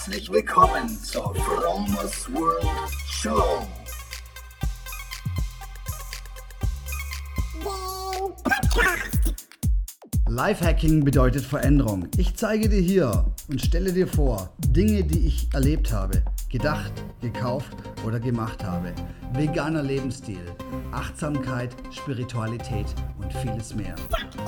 Herzlich willkommen zur Fromers World Show. Lifehacking bedeutet Veränderung. Ich zeige dir hier und stelle dir vor, Dinge, die ich erlebt habe, gedacht, gekauft oder gemacht habe. Veganer Lebensstil, Achtsamkeit, Spiritualität und vieles mehr.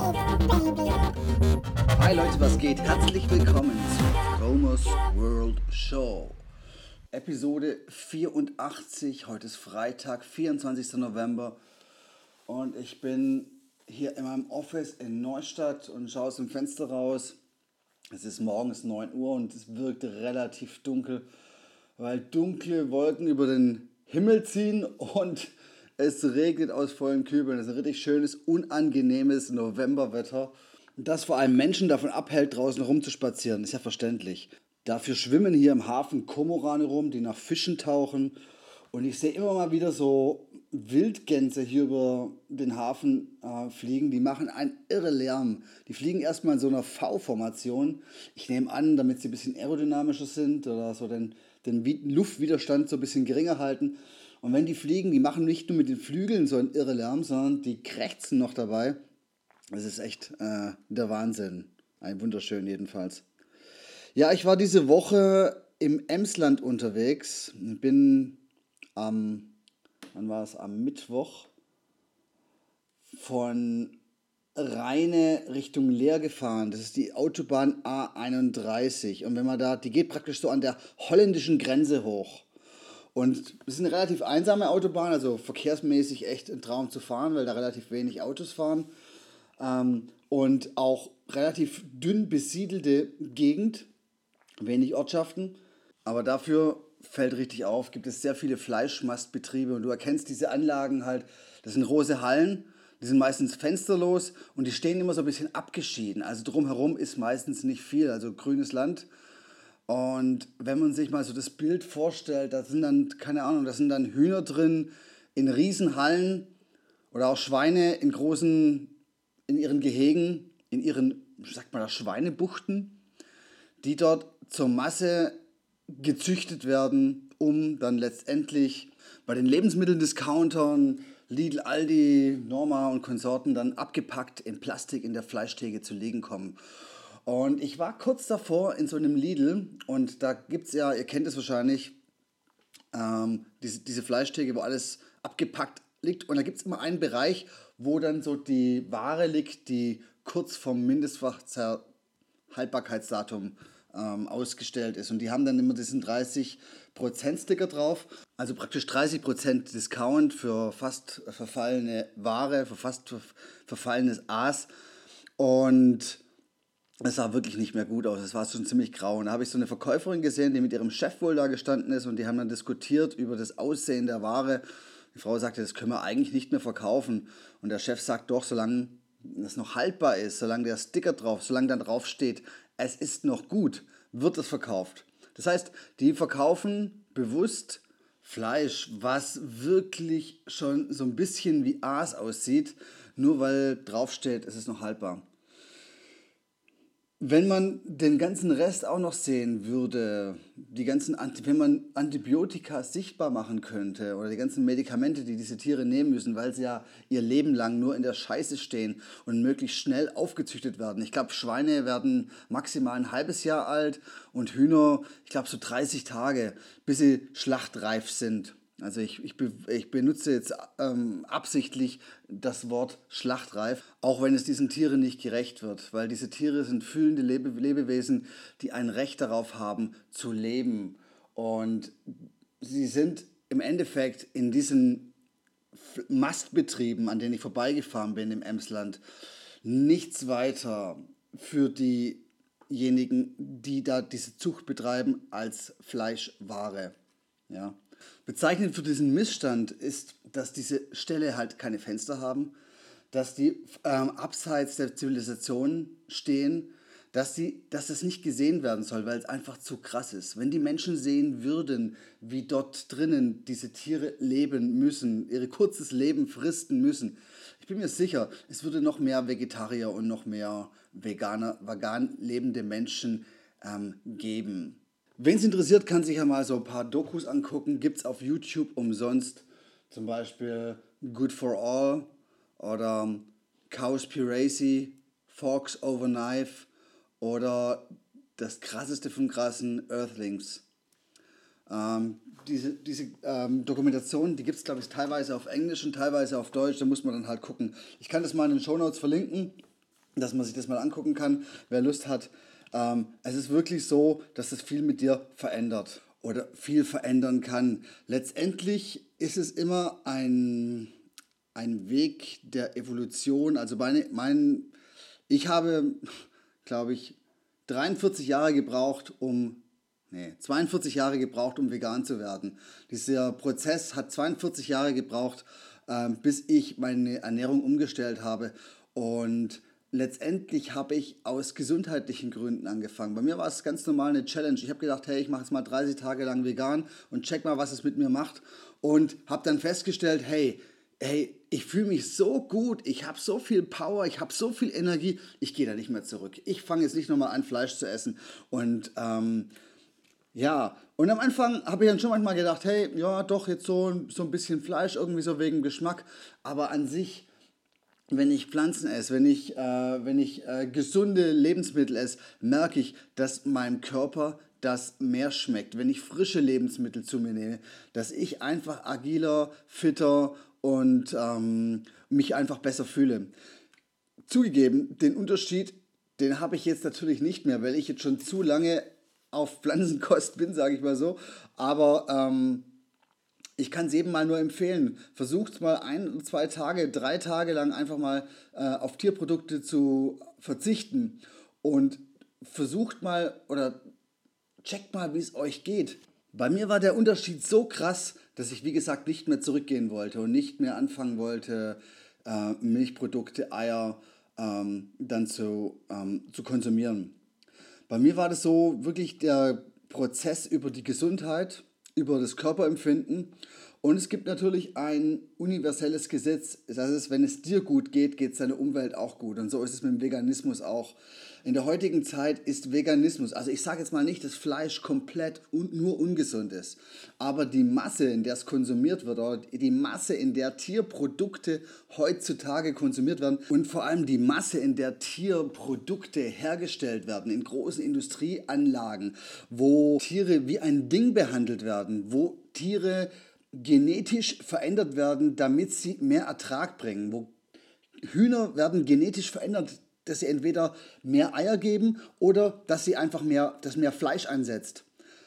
Hi Leute, was geht? Herzlich willkommen zur Fromers World Show. Episode 84, heute ist Freitag, 24. November und ich bin hier in meinem Office in Neustadt und schaue aus dem Fenster raus. Es ist morgens 9 Uhr und es wirkt relativ dunkel, weil dunkle Wolken über den Himmel ziehen und es regnet aus vollen Kübeln. Es ist ein richtig schönes, unangenehmes Novemberwetter, das vor allem Menschen davon abhält, draußen rumzuspazieren. Ist ja verständlich. Dafür schwimmen hier im Hafen Kormorane rum, die nach Fischen tauchen. Und ich sehe immer mal wieder so Wildgänse hier über den Hafen fliegen. Die machen einen irre Lärm. Die fliegen erstmal in so einer V-Formation. Ich nehme an, damit sie ein bisschen aerodynamischer sind oder so den Luftwiderstand so ein bisschen geringer halten. Und wenn die fliegen, die machen nicht nur mit den Flügeln so einen irre Lärm, sondern die krächzen noch dabei. Das ist echt der Wahnsinn. Ein wunderschön jedenfalls. Ja, ich war diese Woche im Emsland unterwegs. Bin am Mittwoch von Rheine Richtung Leer gefahren. Das ist die Autobahn A31. Und wenn man die geht praktisch so an der holländischen Grenze hoch. Und es ist eine relativ einsame Autobahn, also verkehrsmäßig echt ein Traum zu fahren, weil da relativ wenig Autos fahren. Und auch relativ dünn besiedelte Gegend, wenig Ortschaften. Aber dafür fällt richtig auf, gibt es sehr viele Fleischmastbetriebe und du erkennst diese Anlagen halt, das sind große Hallen, die sind meistens fensterlos und die stehen immer so ein bisschen abgeschieden. Also drumherum ist meistens nicht viel, also grünes Land. Und wenn man sich mal so das Bild vorstellt, da sind dann, keine Ahnung, da sind dann Hühner drin in Riesenhallen oder auch Schweine in ihren Gehegen, in ihren, sagt man da, Schweinebuchten, die dort zur Masse gezüchtet werden, um dann letztendlich bei den Lebensmitteldiscountern, Lidl, Aldi, Norma und Konsorten dann abgepackt in Plastik in der Fleischtheke zu liegen kommen. Und ich war kurz davor in so einem Lidl und da gibt es ja, ihr kennt es wahrscheinlich, diese Fleischtheke, wo alles abgepackt liegt. Und da gibt es immer einen Bereich, wo dann so die Ware liegt, die kurz vom Mindesthaltbarkeitsdatum ausgestellt ist. Und die haben dann immer diesen 30%-Sticker drauf. Also praktisch 30% Discount für fast verfallene Ware, für fast verfallenes Aas. Und es sah wirklich nicht mehr gut aus. Es war schon ziemlich grau. Und da habe ich so eine Verkäuferin gesehen, die mit ihrem Chef wohl da gestanden ist. Und die haben dann diskutiert über das Aussehen der Ware. Die Frau sagte, das können wir eigentlich nicht mehr verkaufen. Und der Chef sagt doch, solange das noch haltbar ist, solange der Sticker drauf, solange dann drauf steht, es ist noch gut, wird es verkauft. Das heißt, die verkaufen bewusst Fleisch, was wirklich schon so ein bisschen wie Aas aussieht, nur weil draufsteht, es ist noch haltbar. Wenn man den ganzen Rest auch noch sehen würde, wenn man Antibiotika sichtbar machen könnte oder die ganzen Medikamente, die diese Tiere nehmen müssen, weil sie ja ihr Leben lang nur in der Scheiße stehen und möglichst schnell aufgezüchtet werden. Ich glaube, Schweine werden maximal ein halbes Jahr alt und Hühner, ich glaube, so 30 Tage, bis sie schlachtreif sind. Also ich benutze jetzt absichtlich das Wort schlachtreif, auch wenn es diesen Tieren nicht gerecht wird, weil diese Tiere sind fühlende Lebewesen, die ein Recht darauf haben zu leben. Und sie sind im Endeffekt in diesen Mastbetrieben, an denen ich vorbeigefahren bin im Emsland, nichts weiter für diejenigen, die da diese Zucht betreiben, als Fleischware. Ja. Bezeichnend für diesen Missstand ist, dass diese Ställe halt keine Fenster haben, dass die abseits der Zivilisation stehen, dass es nicht gesehen werden soll, weil es einfach zu krass ist. Wenn die Menschen sehen würden, wie dort drinnen diese Tiere leben müssen, ihr kurzes Leben fristen müssen, ich bin mir sicher, es würde noch mehr Vegetarier und noch mehr vegan lebende Menschen geben. Wen es interessiert, kann sich ja mal so ein paar Dokus angucken. Gibt es auf YouTube umsonst. Zum Beispiel Good for All oder Cowspiracy, Forks Over Knife oder das krasseste vom krassen Earthlings. Diese Dokumentation, die gibt es, glaube ich, teilweise auf Englisch und teilweise auf Deutsch. Da muss man dann halt gucken. Ich kann das mal in den Shownotes verlinken, dass man sich das mal angucken kann, wer Lust hat. Es ist wirklich so, dass es viel mit dir verändert oder viel verändern kann. Letztendlich ist es immer ein Weg der Evolution. Also ich habe, glaube ich, 43 Jahre gebraucht, 42 Jahre gebraucht, um vegan zu werden. Dieser Prozess hat 42 Jahre gebraucht, bis ich meine Ernährung umgestellt habe. Und letztendlich habe ich aus gesundheitlichen Gründen angefangen. Bei mir war es ganz normal eine Challenge. Ich habe gedacht, hey, ich mache jetzt mal 30 Tage lang vegan und check mal, was es mit mir macht. Und habe dann festgestellt, hey, ich fühle mich so gut, ich habe so viel Power, ich habe so viel Energie, ich gehe da nicht mehr zurück. Ich fange jetzt nicht nochmal an, Fleisch zu essen. Und ja, und am Anfang habe ich dann schon manchmal gedacht, hey, ja, doch, jetzt so ein bisschen Fleisch, irgendwie so wegen Geschmack. Aber an sich, wenn ich Pflanzen esse, wenn ich gesunde Lebensmittel esse, merke ich, dass meinem Körper das mehr schmeckt. Wenn ich frische Lebensmittel zu mir nehme, dass ich einfach agiler, fitter und mich einfach besser fühle. Zugegeben, den Unterschied, den habe ich jetzt natürlich nicht mehr, weil ich jetzt schon zu lange auf Pflanzenkost bin, sage ich mal so. Aber ich kann es jedem mal nur empfehlen. Versucht mal 1, 2 Tage, 3 Tage lang einfach mal auf Tierprodukte zu verzichten und versucht mal oder checkt mal, wie es euch geht. Bei mir war der Unterschied so krass, dass ich, wie gesagt, nicht mehr zurückgehen wollte und nicht mehr anfangen wollte, Milchprodukte, Eier dann zu konsumieren. Bei mir war das so wirklich der Prozess über die Gesundheit, über das Körperempfinden. Und es gibt natürlich ein universelles Gesetz, das ist, wenn es dir gut geht, geht es deiner Umwelt auch gut. Und so ist es mit dem Veganismus auch. In der heutigen Zeit ist Veganismus, also ich sage jetzt mal nicht, dass Fleisch komplett und nur ungesund ist, aber die Masse, in der es konsumiert wird, oder die Masse, in der Tierprodukte heutzutage konsumiert werden und vor allem die Masse, in der Tierprodukte hergestellt werden, in großen Industrieanlagen, wo Tiere wie ein Ding behandelt werden, wo Tiere genetisch verändert werden, damit sie mehr Ertrag bringen, wo Hühner werden genetisch verändert, dass sie entweder mehr Eier geben oder dass sie einfach mehr Fleisch einsetzt.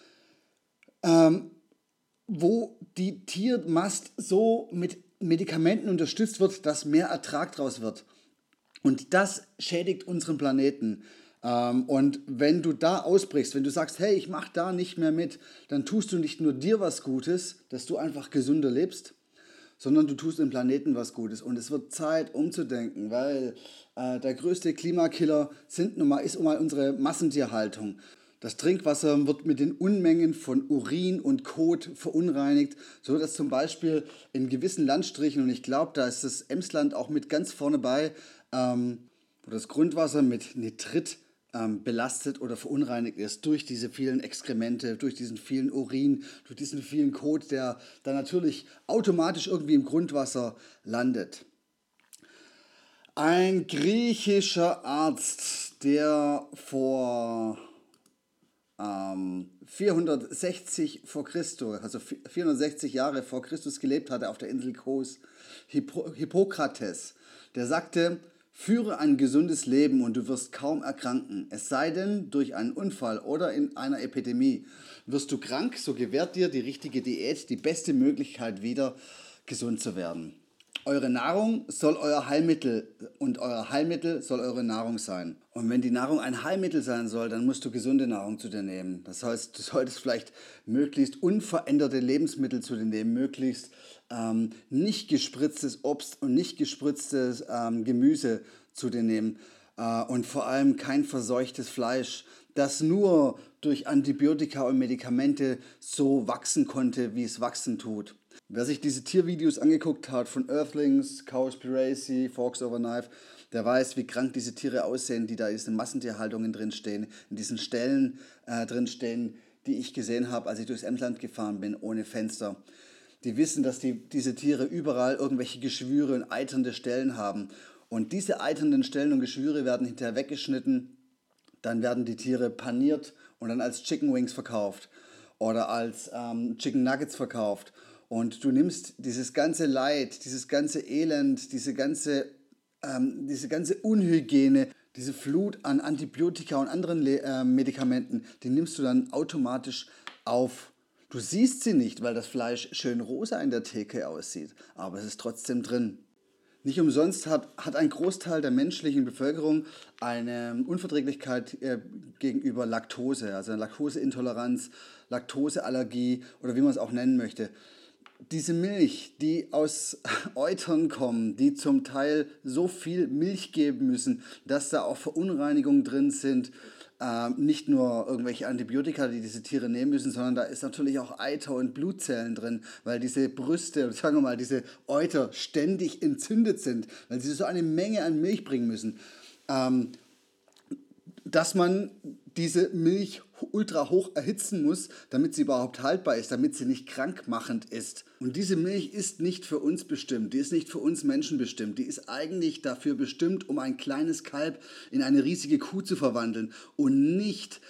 Wo die Tiermast so mit Medikamenten unterstützt wird, dass mehr Ertrag draus wird. Und das schädigt unseren Planeten. Und wenn du da ausbrichst, wenn du sagst, hey, ich mache da nicht mehr mit, dann tust du nicht nur dir was Gutes, dass du einfach gesünder lebst, sondern du tust dem Planeten was Gutes. Und es wird Zeit umzudenken, weil der größte Klimakiller ist nun mal unsere Massentierhaltung. Das Trinkwasser wird mit den Unmengen von Urin und Kot verunreinigt, so dass zum Beispiel in gewissen Landstrichen, und ich glaube, da ist das Emsland auch mit ganz vorne bei, wo das Grundwasser mit Nitrit belastet oder verunreinigt ist durch diese vielen Exkremente, durch diesen vielen Urin, durch diesen vielen Kot, der dann natürlich automatisch irgendwie im Grundwasser landet. Ein griechischer Arzt, der vor 460 vor Christus, also 460 Jahre vor Christus gelebt hatte auf der Insel Kos, Hippokrates, der sagte, führe ein gesundes Leben und du wirst kaum erkranken. Es sei denn, durch einen Unfall oder in einer Epidemie wirst du krank, so gewährt dir die richtige Diät die beste Möglichkeit, wieder gesund zu werden. Eure Nahrung soll euer Heilmittel und euer Heilmittel soll eure Nahrung sein. Und wenn die Nahrung ein Heilmittel sein soll, dann musst du gesunde Nahrung zu dir nehmen. Das heißt, du solltest vielleicht möglichst unveränderte Lebensmittel zu dir nehmen, möglichst nicht gespritztes Obst und nicht gespritztes Gemüse zu dir nehmen und vor allem kein verseuchtes Fleisch, das nur durch Antibiotika und Medikamente so wachsen konnte, wie es wachsen tut. Wer sich diese Tiervideos angeguckt hat von Earthlings, Cowspiracy, Forks Over Knife, der weiß, wie krank diese Tiere aussehen, die da in diesen Massentierhaltungen drinstehen, in diesen Ställen drinstehen, die ich gesehen habe, als ich durchs Emsland gefahren bin, ohne Fenster. Die wissen, dass diese Tiere überall irgendwelche Geschwüre und eiternde Stellen haben. Und diese eiternden Stellen und Geschwüre werden hinterher weggeschnitten, dann werden die Tiere paniert und dann als Chicken Wings verkauft oder als Chicken Nuggets verkauft. Und du nimmst dieses ganze Leid, dieses ganze Elend, diese ganze Unhygiene, diese Flut an Antibiotika und anderen Medikamenten, die nimmst du dann automatisch auf. Du siehst sie nicht, weil das Fleisch schön rosa in der Theke aussieht, aber es ist trotzdem drin. Nicht umsonst hat ein Großteil der menschlichen Bevölkerung eine Unverträglichkeit gegenüber Laktose, also eine Laktoseintoleranz, Laktoseallergie oder wie man es auch nennen möchte. Diese Milch, die aus Eutern kommen, die zum Teil so viel Milch geben müssen, dass da auch Verunreinigungen drin sind, nicht nur irgendwelche Antibiotika, die diese Tiere nehmen müssen, sondern da ist natürlich auch Eiter und Blutzellen drin, weil diese Brüste, sagen wir mal, diese Euter ständig entzündet sind, weil sie so eine Menge an Milch bringen müssen, dass man diese Milch ultra hoch erhitzen muss, damit sie überhaupt haltbar ist, damit sie nicht krankmachend ist. Und diese Milch ist nicht für uns bestimmt, die ist nicht für uns Menschen bestimmt, die ist eigentlich dafür bestimmt, um ein kleines Kalb in eine riesige Kuh zu verwandeln und nicht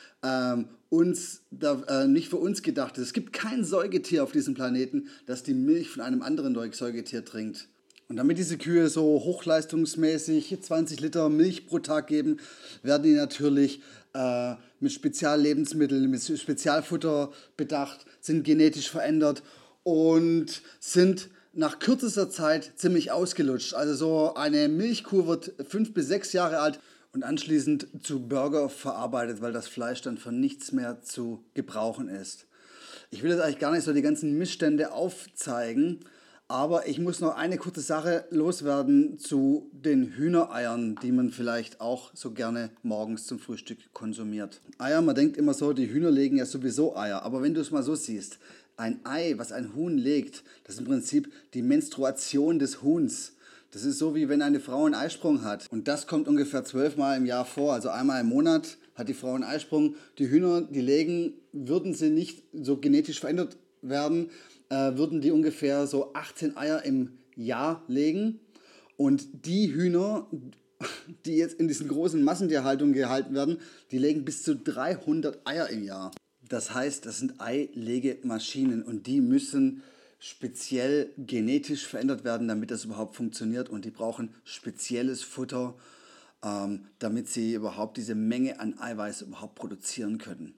für uns gedacht ist. Es gibt kein Säugetier auf diesem Planeten, das die Milch von einem anderen Säugetier trinkt. Und damit diese Kühe so hochleistungsmäßig 20 Liter Milch pro Tag geben, werden die natürlich mit Speziallebensmitteln, mit Spezialfutter bedacht, sind genetisch verändert und sind nach kürzester Zeit ziemlich ausgelutscht. Also so eine Milchkuh wird 5 bis 6 Jahre alt und anschließend zu Burger verarbeitet, weil das Fleisch dann für nichts mehr zu gebrauchen ist. Ich will jetzt eigentlich gar nicht so die ganzen Missstände aufzeigen, aber ich muss noch eine kurze Sache loswerden zu den Hühnereiern, die man vielleicht auch so gerne morgens zum Frühstück konsumiert. Eier, man denkt immer so, die Hühner legen ja sowieso Eier. Aber wenn du es mal so siehst, ein Ei, was ein Huhn legt, das ist im Prinzip die Menstruation des Huhns. Das ist so, wie wenn eine Frau einen Eisprung hat. Und das kommt ungefähr 12 Mal im Jahr vor, also einmal im Monat hat die Frau einen Eisprung. Die Hühner, die legen, würden sie nicht so genetisch verändert werden, würden die ungefähr so 18 Eier im Jahr legen. Und die Hühner, die jetzt in diesen großen Massentierhaltungen gehalten werden, die legen bis zu 300 Eier im Jahr. Das heißt, das sind Eilegemaschinen und die müssen speziell genetisch verändert werden, damit das überhaupt funktioniert. Und die brauchen spezielles Futter, damit sie überhaupt diese Menge an Eiweiß überhaupt produzieren können.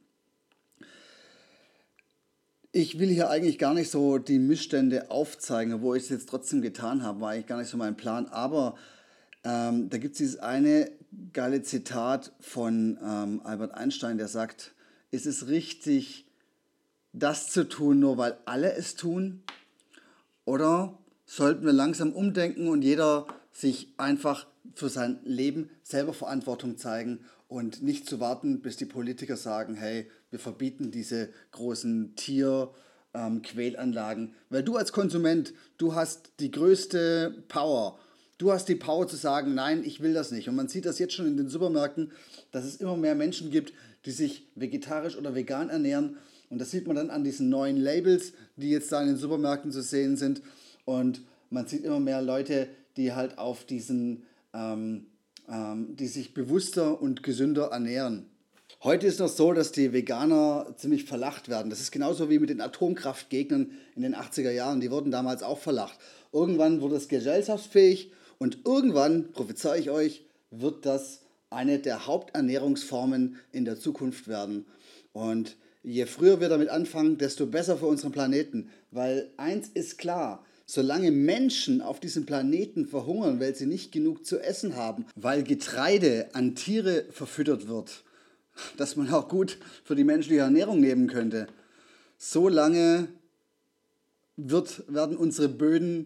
Ich will hier eigentlich gar nicht so die Missstände aufzeigen, obwohl ich es jetzt trotzdem getan habe, war eigentlich gar nicht so mein Plan. Aber da gibt es dieses eine geile Zitat von Albert Einstein, der sagt, ist es richtig, das zu tun, nur weil alle es tun? Oder sollten wir langsam umdenken und jeder sich einfach für sein Leben selber Verantwortung zeigen und nicht zu warten, bis die Politiker sagen, hey, wir verbieten diese großen Quälanlagen. Weil du als Konsument, du hast die größte Power. Du hast die Power zu sagen, nein, ich will das nicht. Und man sieht das jetzt schon in den Supermärkten, dass es immer mehr Menschen gibt, die sich vegetarisch oder vegan ernähren. Und das sieht man dann an diesen neuen Labels, die jetzt da in den Supermärkten zu sehen sind. Und man sieht immer mehr Leute, die halt auf diesen, die sich bewusster und gesünder ernähren. Heute ist es so, dass die Veganer ziemlich verlacht werden. Das ist genauso wie mit den Atomkraftgegnern in den 80er Jahren. Die wurden damals auch verlacht. Irgendwann wurde es gesellschaftsfähig und irgendwann, prophezei ich euch, wird das eine der Haupternährungsformen in der Zukunft werden. Und je früher wir damit anfangen, desto besser für unseren Planeten. Weil eins ist klar, solange Menschen auf diesem Planeten verhungern, weil sie nicht genug zu essen haben, weil Getreide an Tiere verfüttert wird, dass man auch gut für die menschliche Ernährung nehmen könnte, solange werden unsere Böden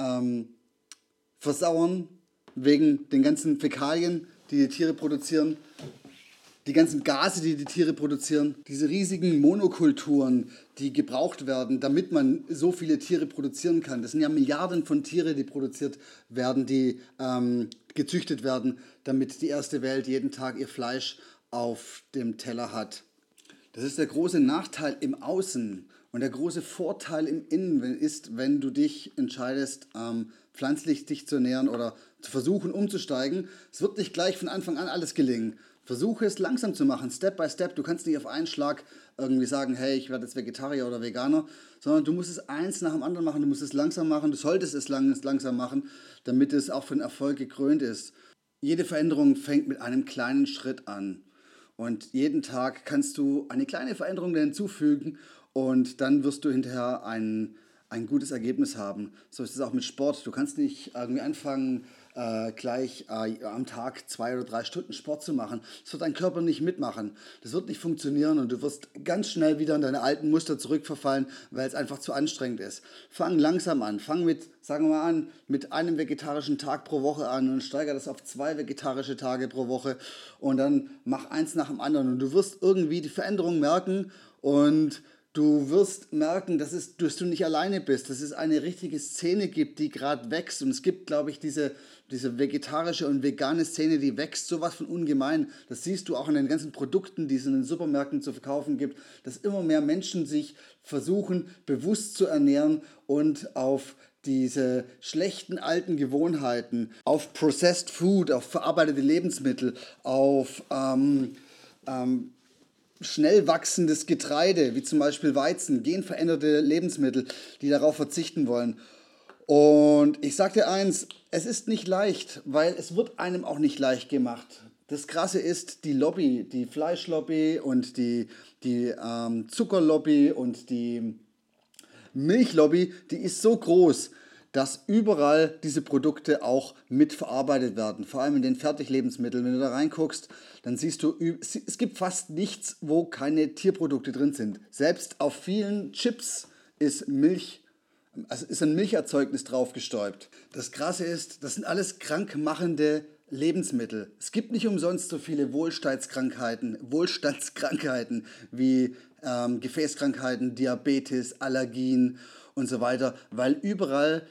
versauern wegen den ganzen Fäkalien, die die Tiere produzieren, die ganzen Gase, die die Tiere produzieren, diese riesigen Monokulturen, die gebraucht werden, damit man so viele Tiere produzieren kann. Das sind ja Milliarden von Tieren, die produziert werden, die gezüchtet werden, damit die erste Welt jeden Tag ihr Fleisch auf dem Teller hat. Das ist der große Nachteil im Außen und der große Vorteil im Innen ist, wenn du dich entscheidest, pflanzlich dich zu ernähren oder zu versuchen umzusteigen. Es wird nicht gleich von Anfang an alles gelingen. Versuche es langsam zu machen, Step by Step. Du kannst nicht auf einen Schlag irgendwie sagen, hey, ich werde jetzt Vegetarier oder Veganer, sondern du musst es eins nach dem anderen machen, du musst es langsam machen, du solltest es langsam machen, damit es auch von Erfolg gekrönt ist. Jede Veränderung fängt mit einem kleinen Schritt an. Und jeden Tag kannst du eine kleine Veränderung hinzufügen und dann wirst du hinterher ein gutes Ergebnis haben. So ist es auch mit Sport. Du kannst nicht irgendwie anfangen, gleich am Tag 2 oder 3 Stunden Sport zu machen. Das wird dein Körper nicht mitmachen. Das wird nicht funktionieren und du wirst ganz schnell wieder in deine alten Muster zurückverfallen, weil es einfach zu anstrengend ist. Fang langsam an. Fang sagen wir mal mit einem vegetarischen Tag pro Woche an und steigere das auf 2 vegetarische Tage pro Woche und dann mach eins nach dem anderen und du wirst irgendwie die Veränderung merken und du wirst merken, dass du nicht alleine bist, dass es eine richtige Szene gibt, die gerade wächst. Und es gibt, glaube ich, diese vegetarische und vegane Szene, die wächst sowas von ungemein. Das siehst du auch in den ganzen Produkten, die es in den Supermärkten zu verkaufen gibt, dass immer mehr Menschen sich versuchen, bewusst zu ernähren und auf diese schlechten alten Gewohnheiten, auf Processed Food, auf verarbeitete Lebensmittel, auf schnell wachsendes Getreide, wie zum Beispiel Weizen, genveränderte Lebensmittel, die darauf verzichten wollen. Und ich sage dir eins, es ist nicht leicht, weil es wird einem auch nicht leicht gemacht. Das Krasse ist, die Lobby, die Fleischlobby und die Zuckerlobby und die Milchlobby, die ist so groß, dass überall diese Produkte auch mitverarbeitet werden, vor allem in den Fertiglebensmitteln. Wenn du da reinguckst, dann siehst du, es gibt fast nichts, wo keine Tierprodukte drin sind. Selbst auf vielen Chips ist ein Milcherzeugnis draufgestäubt. Das Krasse ist, das sind alles krankmachende Lebensmittel. Es gibt nicht umsonst so viele Wohlstandskrankheiten wie Gefäßkrankheiten, Diabetes, Allergien und so weiter, weil überall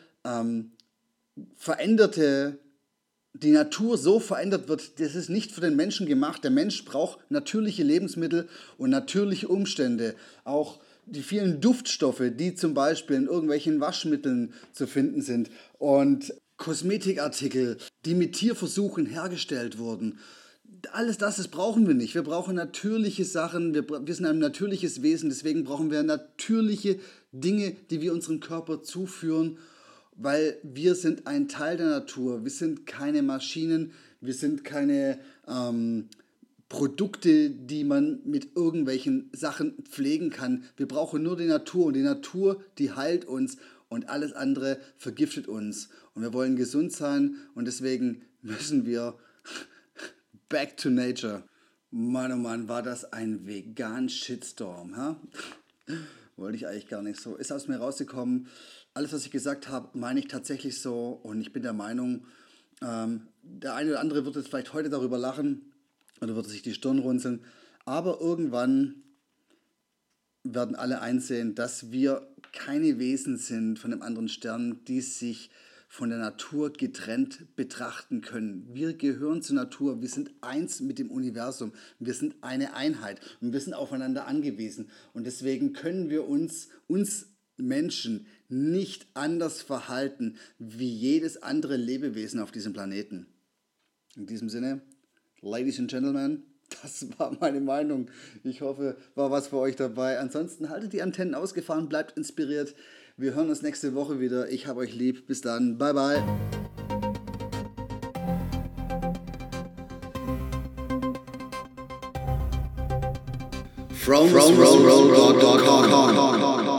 die Natur so verändert wird, das ist nicht für den Menschen gemacht. Der Mensch braucht natürliche Lebensmittel und natürliche Umstände. Auch die vielen Duftstoffe, die zum Beispiel in irgendwelchen Waschmitteln zu finden sind und Kosmetikartikel, die mit Tierversuchen hergestellt wurden. Alles das brauchen wir nicht. Wir brauchen natürliche Sachen, wir sind ein natürliches Wesen, deswegen brauchen wir natürliche Dinge, die wir unserem Körper zuführen, weil wir sind ein Teil der Natur. Wir sind keine Maschinen, wir sind keine Produkte, die man mit irgendwelchen Sachen pflegen kann. Wir brauchen nur die Natur und die Natur, die heilt uns und alles andere vergiftet uns. Und wir wollen gesund sein und deswegen müssen wir back to nature. Mann, oh Mann, war das ein Vegan-Shitstorm, ha? Wollte ich eigentlich gar nicht so. Ist aus mir rausgekommen. Alles, was ich gesagt habe, meine ich tatsächlich so. Und ich bin der Meinung, der eine oder andere wird jetzt vielleicht heute darüber lachen oder wird sich die Stirn runzeln. Aber irgendwann werden alle einsehen, dass wir keine Wesen sind von einem anderen Stern, die sich von der Natur getrennt betrachten können. Wir gehören zur Natur, wir sind eins mit dem Universum, wir sind eine Einheit und wir sind aufeinander angewiesen. Und deswegen können wir uns Menschen nicht anders verhalten wie jedes andere Lebewesen auf diesem Planeten. In diesem Sinne, Ladies and Gentlemen, das war meine Meinung. Ich hoffe, war was für euch dabei. Ansonsten haltet die Antennen ausgefahren, bleibt inspiriert. Wir hören uns nächste Woche wieder. Ich hab euch lieb. Bis dann. Bye, bye. From